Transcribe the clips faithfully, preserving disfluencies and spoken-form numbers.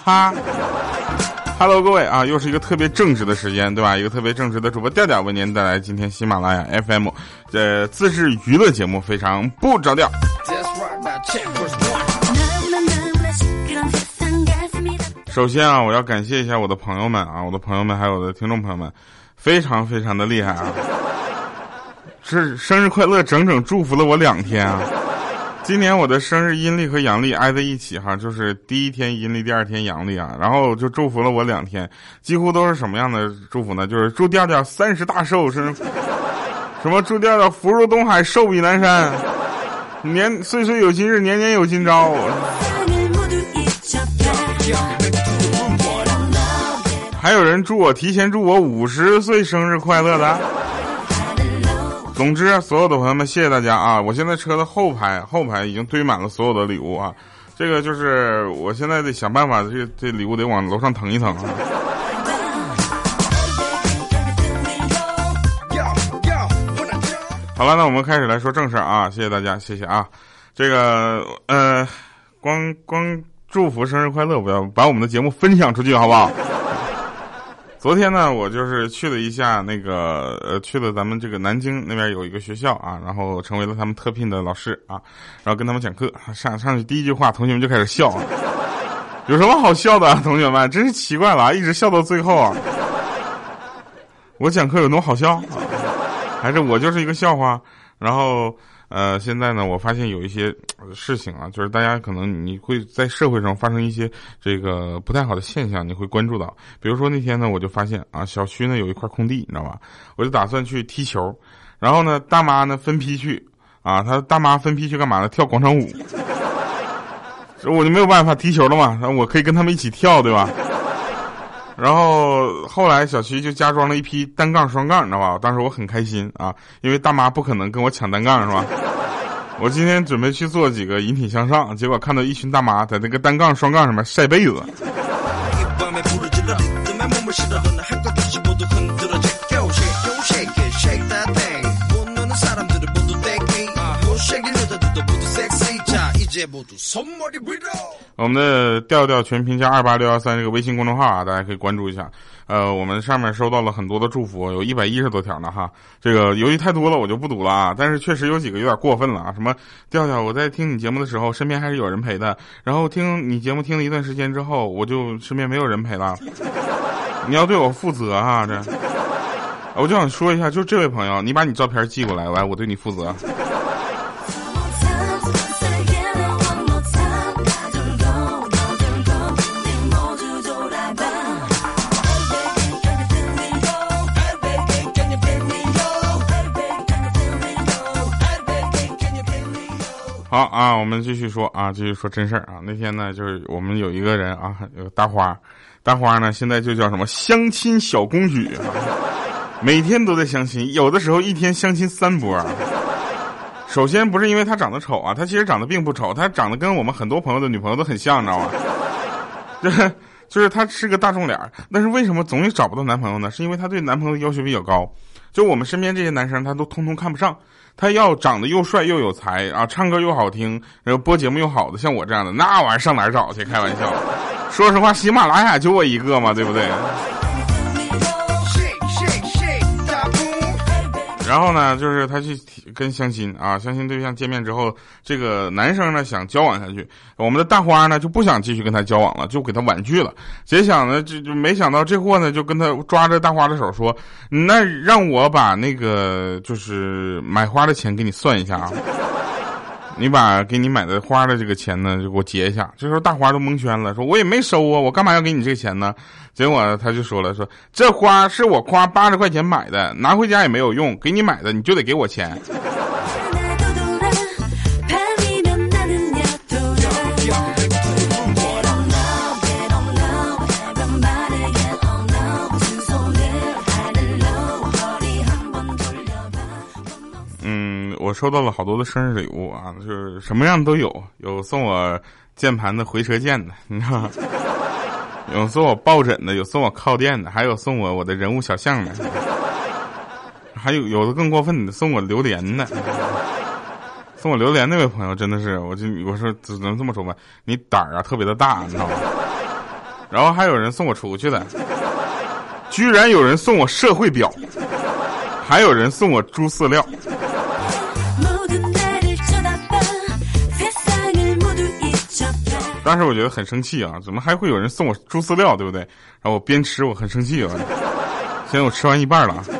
哈。Hello， 各位啊，又是一个特别正直的时间，对吧？一个特别正直的主播调调为您带来今天喜马拉雅 F M 呃自制娱乐节目，非常不着调。首先啊，我要感谢一下我的朋友们啊，我的朋友们还有我的听众朋友们，非常非常的厉害啊！是生日快乐，整整祝福了我两天啊！今年我的生日阴历和阳历挨在一起哈，就是第一天阴历，第二天阳历啊，然后就祝福了我两天，几乎都是什么样的祝福呢？就是祝调调三十大寿，是什么祝调调福如东海，寿比南山，年岁岁有今日，年年有今朝。还有人祝我提前祝我五十岁生日快乐的。总之，所有的朋友们，谢谢大家啊！我现在车的后排后排已经堆满了所有的礼物啊，这个就是我现在得想办法，这这礼物得往楼上腾一腾啊。好了，那我们开始来说正事啊！谢谢大家，谢谢啊！这个呃，光光祝福生日快乐，不要把我们的节目分享出去，好不好？昨天呢，我就是去了一下那个呃，去了咱们这个南京那边有一个学校啊，然后成为了他们特聘的老师啊，然后跟他们讲课。上上去第一句话，同学们就开始笑啊，有什么好笑的啊，同学们，真是奇怪了啊，一直笑到最后啊。我讲课有那么好笑啊？还是我就是一个笑话？然后呃，现在呢，我发现有一些事情啊，就是大家可能你会在社会上发生一些这个不太好的现象，你会关注到。比如说那天呢，我就发现啊，小区呢有一块空地，你知道吧？我就打算去踢球，然后呢，大妈呢分批去啊，他大妈分批去干嘛呢？跳广场舞。我就没有办法踢球了嘛，我可以跟他们一起跳，对吧？然后后来小区就加装了一批单杠双杠，你知道吧？当时我很开心啊，因为大妈不可能跟我抢单杠，是吧？我今天准备去做几个引体向上，结果看到一群大妈在那个单杠双杠上面晒被子。我们的调调全拼加二八六幺三这个微信公众号啊，大家可以关注一下。呃，我们上面收到了很多的祝福，有一百一十多条呢哈。这个由于太多了，我就不读了啊。但是确实有几个有点过分了啊，什么调调，我在听你节目的时候，身边还是有人陪的。然后听你节目听了一段时间之后，我就身边没有人陪了。你要对我负责哈，这。我就想说一下，就这位朋友，你把你照片寄过来，来，我对你负责。好啊，我们继续说啊，继续说真事儿啊。那天呢，就是我们有一个人啊，有大花，大花呢现在就叫什么相亲小公举啊，每天都在相亲，有的时候一天相亲三波啊。首先不是因为他长得丑啊，他其实长得并不丑，他长得跟我们很多朋友的女朋友都很像，你知道吗？就是就是他是个大众脸，但是为什么总也找不到男朋友呢？是因为他对男朋友的要求比较高，就我们身边这些男生他都通通看不上。他要长得又帅又有才啊，唱歌又好听，然后播节目又好的，像我这样的，那玩意儿上哪儿找去？开玩笑，说实话，喜马拉雅就我一个嘛，对不对？然后呢，就是他去跟相亲啊，相亲对象见面之后，这个男生呢想交往下去，我们的大花呢就不想继续跟他交往了，就给他婉拒了。结想呢，就就没想到这货呢就跟他抓着大花的手说：“那让我把那个就是买花的钱给你算一下啊，你把给你买的花的这个钱呢就给我结一下。”这时候大花都蒙圈了，说：“我也没收啊，我干嘛要给你这个钱呢？”结果他就说了，说这花是我花八十块钱买的，拿回家也没有用，给你买的你就得给我钱。嗯，我收到了好多的生日礼物啊，就是什么样都有，有送我键盘的回车键的，你知道吗？有送我抱枕的，有送我靠垫的，还有送我我的人物小像的，还有有的更过分的，送我榴莲的。送我榴莲那位朋友真的是，我就我说只能这么说吧，你胆儿啊特别的大，你知道吗？ 然后还有人送我出去的，居然有人送我社会表，还有人送我猪饲料。当时我觉得很生气啊，怎么还会有人送我猪饲料，对不对？然后我边吃我很生气啊，现在我吃完一半了。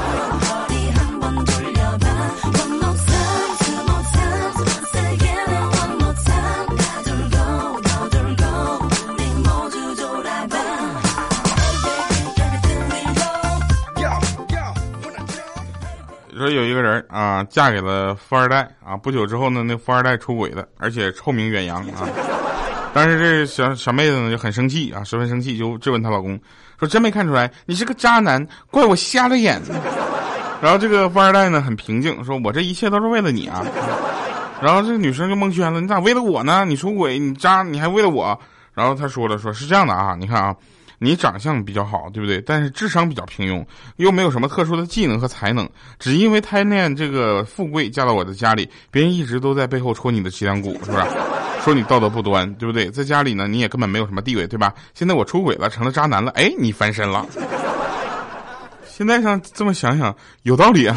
说有一个人啊，嫁给了富二代啊，不久之后呢，那富二代出轨了，而且臭名远扬啊。但是这小小妹子呢就很生气啊，十分生气，就质问她老公说：“真没看出来你是个渣男，怪我瞎了眼。”然后这个富二代呢很平静，说：“我这一切都是为了你啊。”然后这个女生就蒙圈了：“你咋为了我呢？你出轨，你渣，你还为了我？”然后他说了：“说是这样的啊，你看啊。”你长相比较好，对不对？但是智商比较平庸，又没有什么特殊的技能和才能，只因为贪恋这个富贵嫁到我的家里，别人一直都在背后戳你的脊梁骨，是不是？说你道德不端，对不对？在家里呢，你也根本没有什么地位，对吧？现在我出轨了，成了渣男了，哎，你翻身了。现在上这么想想，有道理啊。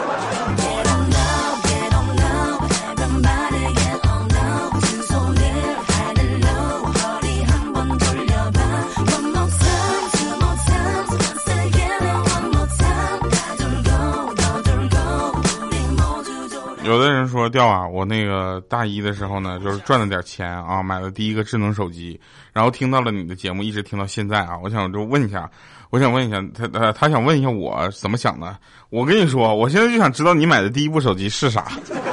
有的人说掉啊，我那个大一的时候呢，就是赚了点钱啊，买了第一个智能手机，然后听到了你的节目，一直听到现在啊。我想就问一下，我想问一下他，他他想问一下我怎么想的。我跟你说，我现在就想知道你买的第一部手机是啥。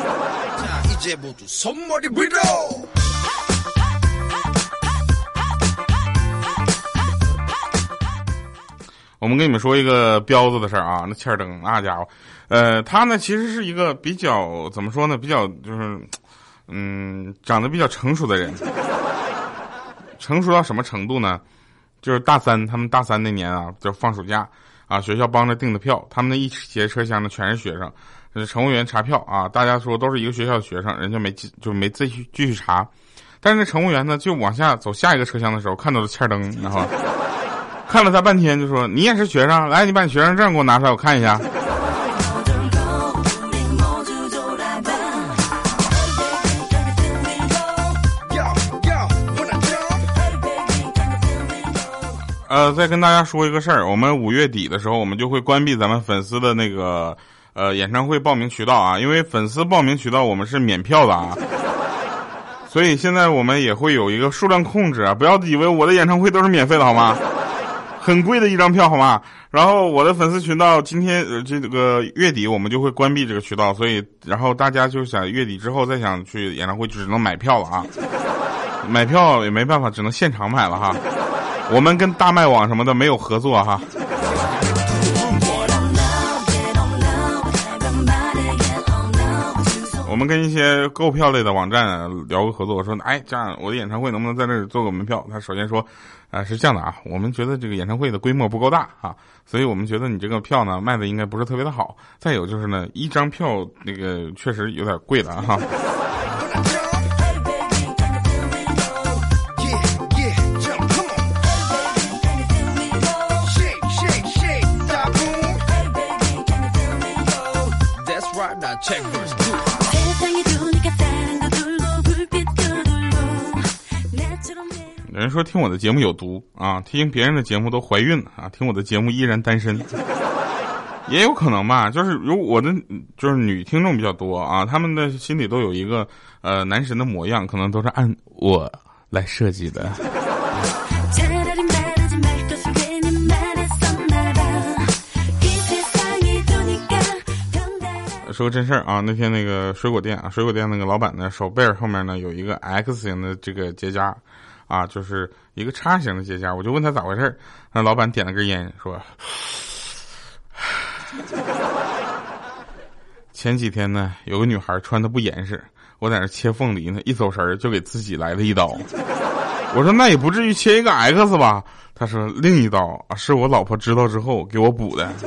我们跟你们说一个彪子的事儿啊，那切尔登那家伙，呃，他呢其实是一个比较怎么说呢，比较就是，嗯，长得比较成熟的人。成熟到什么程度呢？就是大三，他们大三那年啊，就放暑假啊，学校帮着订的票，他们那一节车厢呢全是学生，乘务员查票啊，大家说都是一个学校的学生，人家没就没继续继续查，但是那乘务员呢就往下走下一个车厢的时候看到了切尔登，然后。看了他半天就说：“你也是学生，来，你把你学生证给我拿出来，我看一下。”呃，再跟大家说一个事儿，我们五月底的时候，我们就会关闭咱们粉丝的那个呃演唱会报名渠道啊，因为粉丝报名渠道我们是免票的啊，所以现在我们也会有一个数量控制啊，不要以为我的演唱会都是免费的好吗？很贵的一张票好吗？然后我的粉丝群道今天呃这个月底我们就会关闭这个渠道，所以然后大家就想月底之后再想去演唱会就只能买票了啊，买票也没办法，只能现场买了哈。我们跟大麦网什么的没有合作哈。我们跟一些购票类的网站聊过合作，我说，哎，这样我的演唱会能不能在这里做个门票？他首先说，啊、呃，是这样的啊，我们觉得这个演唱会的规模不够大啊，所以我们觉得你这个票呢卖的应该不是特别的好。再有就是呢，一张票那个确实有点贵了哈。有人说听我的节目有毒啊，听别人的节目都怀孕了啊，听我的节目依然单身，也有可能吧。就是如果我的就是女听众比较多啊，他们的心里都有一个呃男神的模样，可能都是按我来设计的。说个真事儿啊，那天那个水果店啊，水果店那个老板呢，手背后面呢有一个 X 型的这个结痂，啊，就是一个叉型的结痂，我就问他咋回事，那老板点了根烟说，前几天呢有个女孩穿的不严实，我在那切凤梨呢，一走神就给自己来了一刀。我说那也不至于切一个 X 吧？他说另一刀啊是我老婆知道之后给我补的。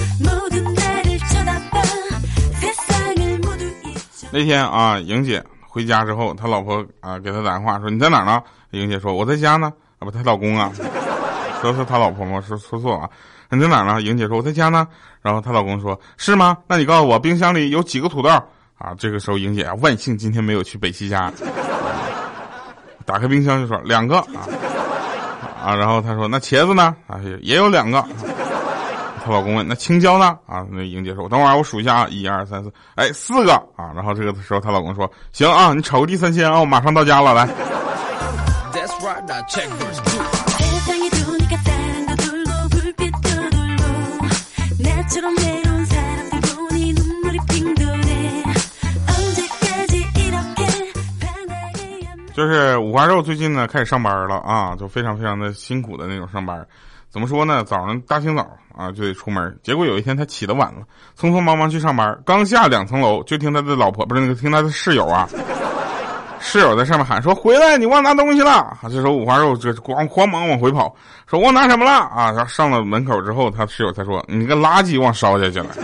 那天啊，莹姐回家之后，他老婆啊给他打电话说你在哪呢？莹姐说我在家呢。啊不，他老公啊，说是他老婆吗？说说错了。你在哪呢？莹姐说我在家呢。然后她老公说是吗？那你告诉我冰箱里有几个土豆啊？这个时候莹姐啊，万幸今天没有去北西家，打开冰箱就说两个啊啊。然后她说那茄子呢？啊也有两个。她老公问那青椒呢？啊那莹姐说我等会儿我数一下啊，一二三四，哎四个啊。然后这个时候她老公说行啊，你炒个地三鲜啊，我马上到家了，来。就是五花肉最近呢开始上班了啊，就非常非常的辛苦的那种上班。怎么说呢？早上大清早啊就得出门，结果有一天他起得晚了，匆匆忙忙去上班，刚下两层楼就听他的老婆不是那个听他的室友啊，室友在上面喊说回来，你忘拿东西了啊！这时候五花肉这光慌忙往回跑，说忘拿什么了啊？然后上了门口之后，他室友才说你个垃圾忘烧下去了。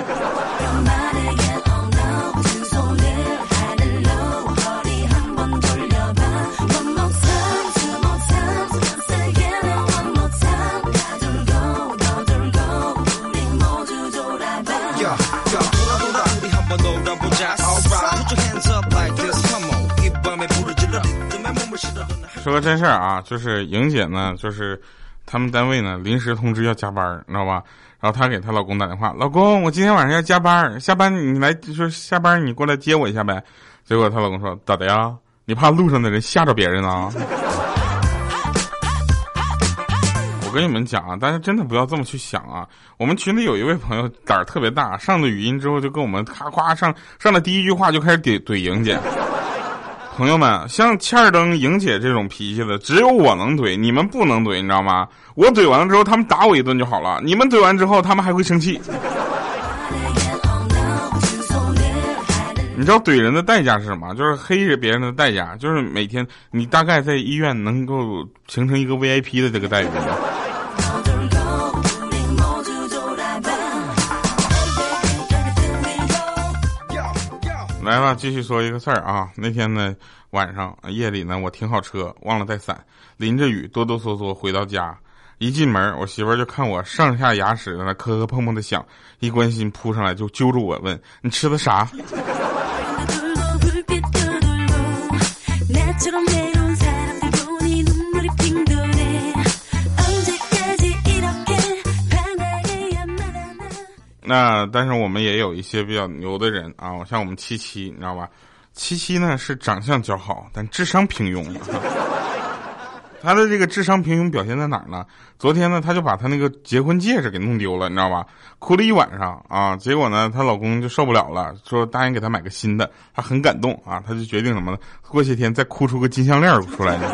说个真事儿啊，就是莹姐呢，就是他们单位呢临时通知要加班，你知道吧？然后她给她老公打电话，老公，我今天晚上要加班，下班你来，就是下班你过来接我一下呗。结果她老公说咋的呀？你怕路上的人吓着别人啊？我跟你们讲啊，大家真的不要这么去想啊。我们群里有一位朋友胆儿特别大，上了语音之后就跟我们咔夸上上了第一句话就开始怼怼莹姐。朋友们，像欠儿登、莹姐这种脾气的，只有我能怼，你们不能怼，你知道吗？我怼完了之后，他们打我一顿就好了。你们怼完之后，他们还会生气。你知道怼人的代价是什么？就是黑着别人的代价，就是每天你大概在医院能够形成一个 V I P 的这个待遇。来吧，继续说一个事儿啊。那天呢，晚上夜里呢，我停好车，忘了带伞，淋着雨，哆哆嗦嗦回到家。一进门，我媳妇儿就看我上下牙齿在那磕磕碰碰的响，一关心扑上来就揪住我问：“你吃的啥？”那但是我们也有一些比较牛的人啊，像我们七七，你知道吧？七七呢是长相姣好，但智商平庸。他的这个智商平庸表现在哪儿呢？昨天呢，他就把他那个结婚戒指给弄丢了，你知道吧？哭了一晚上啊，结果呢，她老公就受不了了，说答应给她买个新的，她很感动啊，她就决定什么呢？过些天再哭出个金项链出来呢。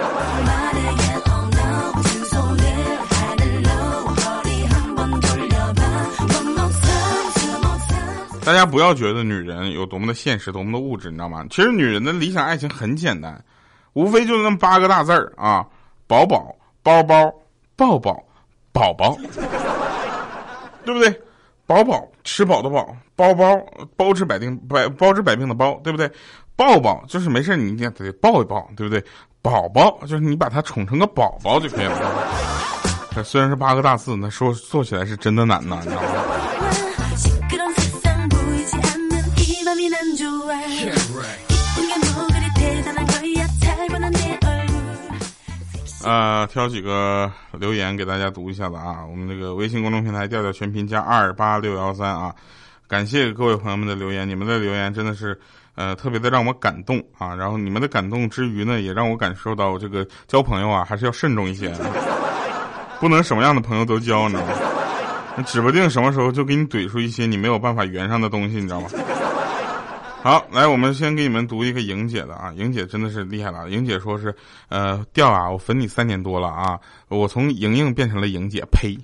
大家不要觉得女人有多么的现实，多么的物质，你知道吗？其实女人的理想爱情很简单，无非就那么八个大字儿啊：宝宝、包包、抱抱、宝宝，对不对？宝宝吃饱的饱，包包包治百病百包治百病的包，对不对？抱抱就是没事你一定得抱一抱，对不对？宝宝就是你把它宠成个宝宝就可以了。这虽然是八个大字，那说做起来是真的难呐，你知道吗？呃，挑几个留言给大家读一下子啊。我们这个微信公众平台调调全拼加二八六幺三啊，感谢各位朋友们的留言，你们的留言真的是呃特别的让我感动啊。然后你们的感动之余呢，也让我感受到这个交朋友啊还是要慎重一些，不能什么样的朋友都交，你知道吗？指不定什么时候就给你怼出一些你没有办法圆上的东西，你知道吗？好，来，我们先给你们读一个莹姐的啊，莹姐真的是厉害了。莹姐说是，呃，调啊，我粉你三年多了啊，我从莹莹变成了莹姐，呸，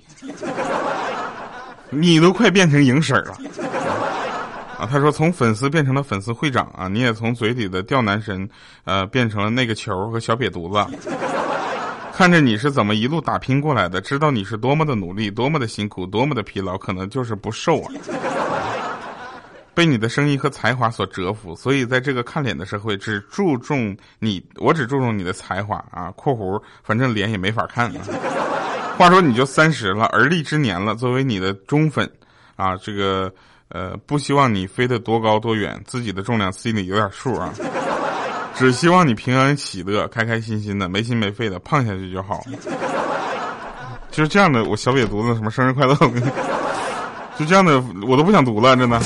你都快变成莹婶了啊。她说从粉丝变成了粉丝会长啊，你也从嘴里的吊男神，呃，变成了那个球和小瘪犊子。看着你是怎么一路打拼过来的，知道你是多么的努力，多么的辛苦，多么的疲劳，可能就是不瘦啊。 被你的声音和才华所折服，所以在这个看脸的社会，只注重你，我只注重你的才华啊。括弧，反正脸也没法看啊。话说你就三十了，而立之年了，作为你的忠粉啊，这个呃，不希望你飞得多高多远，自己的重量心里有点数啊。只希望你平安喜乐，开开心心的，没心没肺的胖下去就好。就是这样的，我小瘪犊子什么生日快乐，就这样的我都不想读了，真的。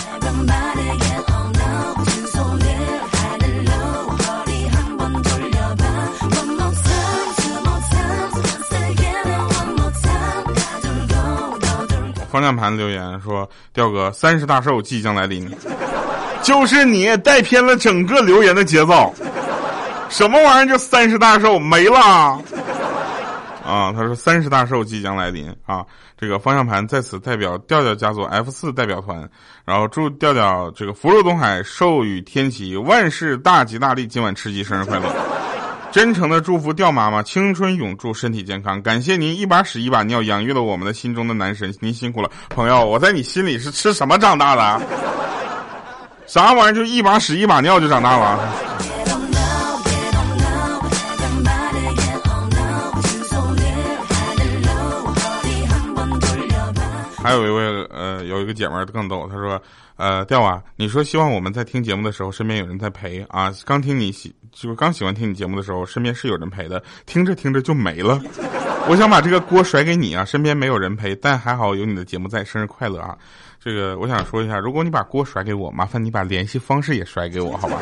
方向盘留言说，吊哥三十大寿即将来临，就是你带偏了整个留言的节奏。什么玩意儿就三十大寿没了啊？他说三十大寿即将来临啊！这个方向盘在此代表调调家族 F 四 代表团，然后祝调调这个福如东海，寿与天齐，万事大吉大利，今晚吃鸡，生日快乐！真诚的祝福调妈妈青春永驻，身体健康。感谢您一把屎一把尿养育了我们的心中的男神，您辛苦了，朋友！我在你心里是吃什么长大的？啥玩意儿就一把屎一把尿就长大了？还有一位呃，有一个姐们儿更逗，她说，呃，调啊，你说希望我们在听节目的时候身边有人在陪啊，刚听你喜就是刚喜欢听你节目的时候，身边是有人陪的，听着听着就没了。我想把这个锅甩给你啊，身边没有人陪，但还好有你的节目在，生日快乐啊！这个我想说一下，如果你把锅甩给我，麻烦你把联系方式也甩给我，好吧？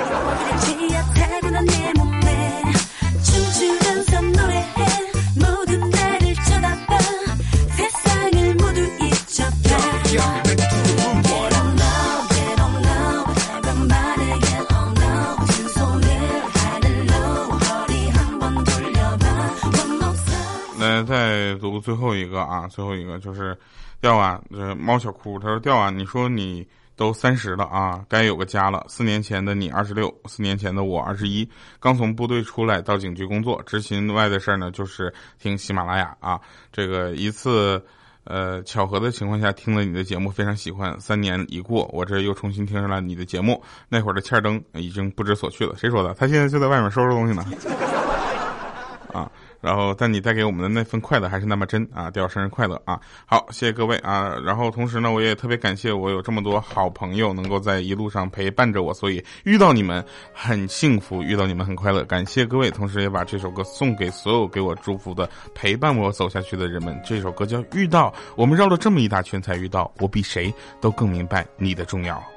来，再读最后一个啊，最后一个就是调啊，这猫小哭，他说调啊，你说你都三十了啊，该有个家了。四年前的你二十六，四年前的我二十一，刚从部队出来到警局工作，执勤外的事儿呢，就是听喜马拉雅啊。这个一次呃巧合的情况下听了你的节目，非常喜欢。三年一过，我这又重新听上了你的节目，那会儿的欠灯已经不知所去了。谁说的？他现在就在外面收拾东西呢。啊。然后但你带给我们的那份快乐还是那么真啊，调生日快乐啊！好，谢谢各位啊！然后同时呢，我也特别感谢我有这么多好朋友能够在一路上陪伴着我，所以遇到你们很幸福，遇到你们很快乐，感谢各位！同时也把这首歌送给所有给我祝福的陪伴我走下去的人们。这首歌叫《遇到》，我们绕了这么一大圈才遇到，我比谁都更明白你的重要。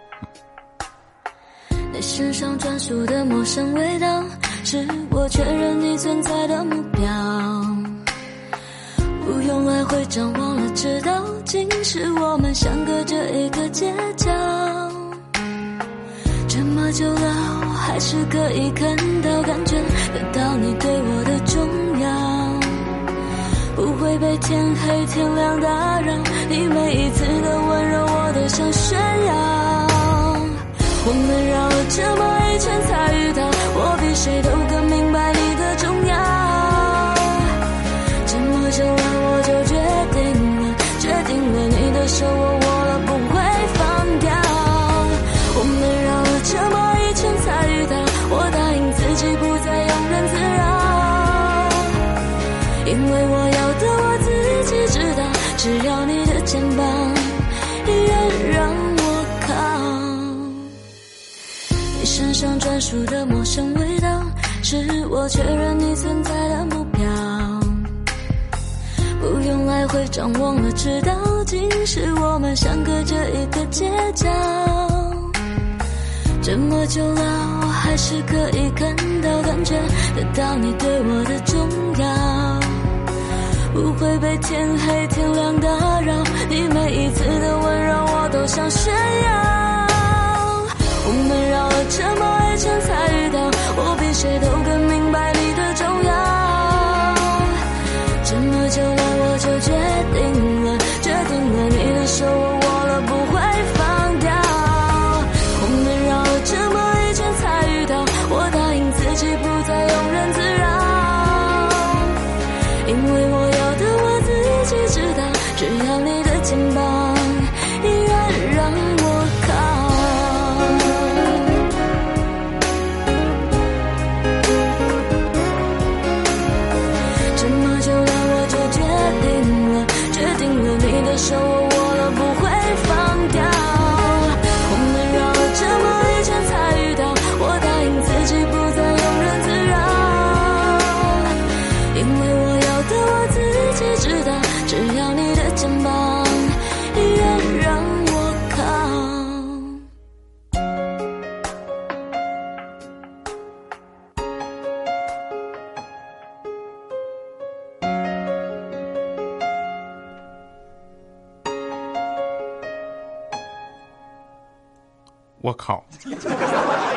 你身上专属的陌生味道，是我确认你存在的目标，不用来回张望了，知道竟是我们相隔着一个街角。这么久了，我还是可以看到，感觉得到你对我的重要，不会被天黑天亮打扰，你每一次的温柔我都想炫耀。我们绕了这么一圈才遇到，我比谁都更明白你的重要。这么久了，我就决定了，决定了你的手我握了不会放掉。我们绕了这么一圈才遇到，我答应自己不再庸人自扰，因为我要的我自己知道，只要你的肩膀依然让我靠。你身上专属的陌生味道，是我确认你存在的目标，不用来回张望了，知道竟是我们相隔着一个街角。这么久了，我还是可以看到，感觉得到你对我的重要，不会被天黑天亮打扰，你每一次的温柔我都想炫耀。我们绕了这么一圈才遇到，我比谁都更明白你的重要。这么久了，我就决定了，决定了你的手我握了不会放掉。我们绕了这么一圈才遇到，我答应自己不再庸人自扰，因为我要的我自己知道，只要你的肩膀依然让我靠。 我靠！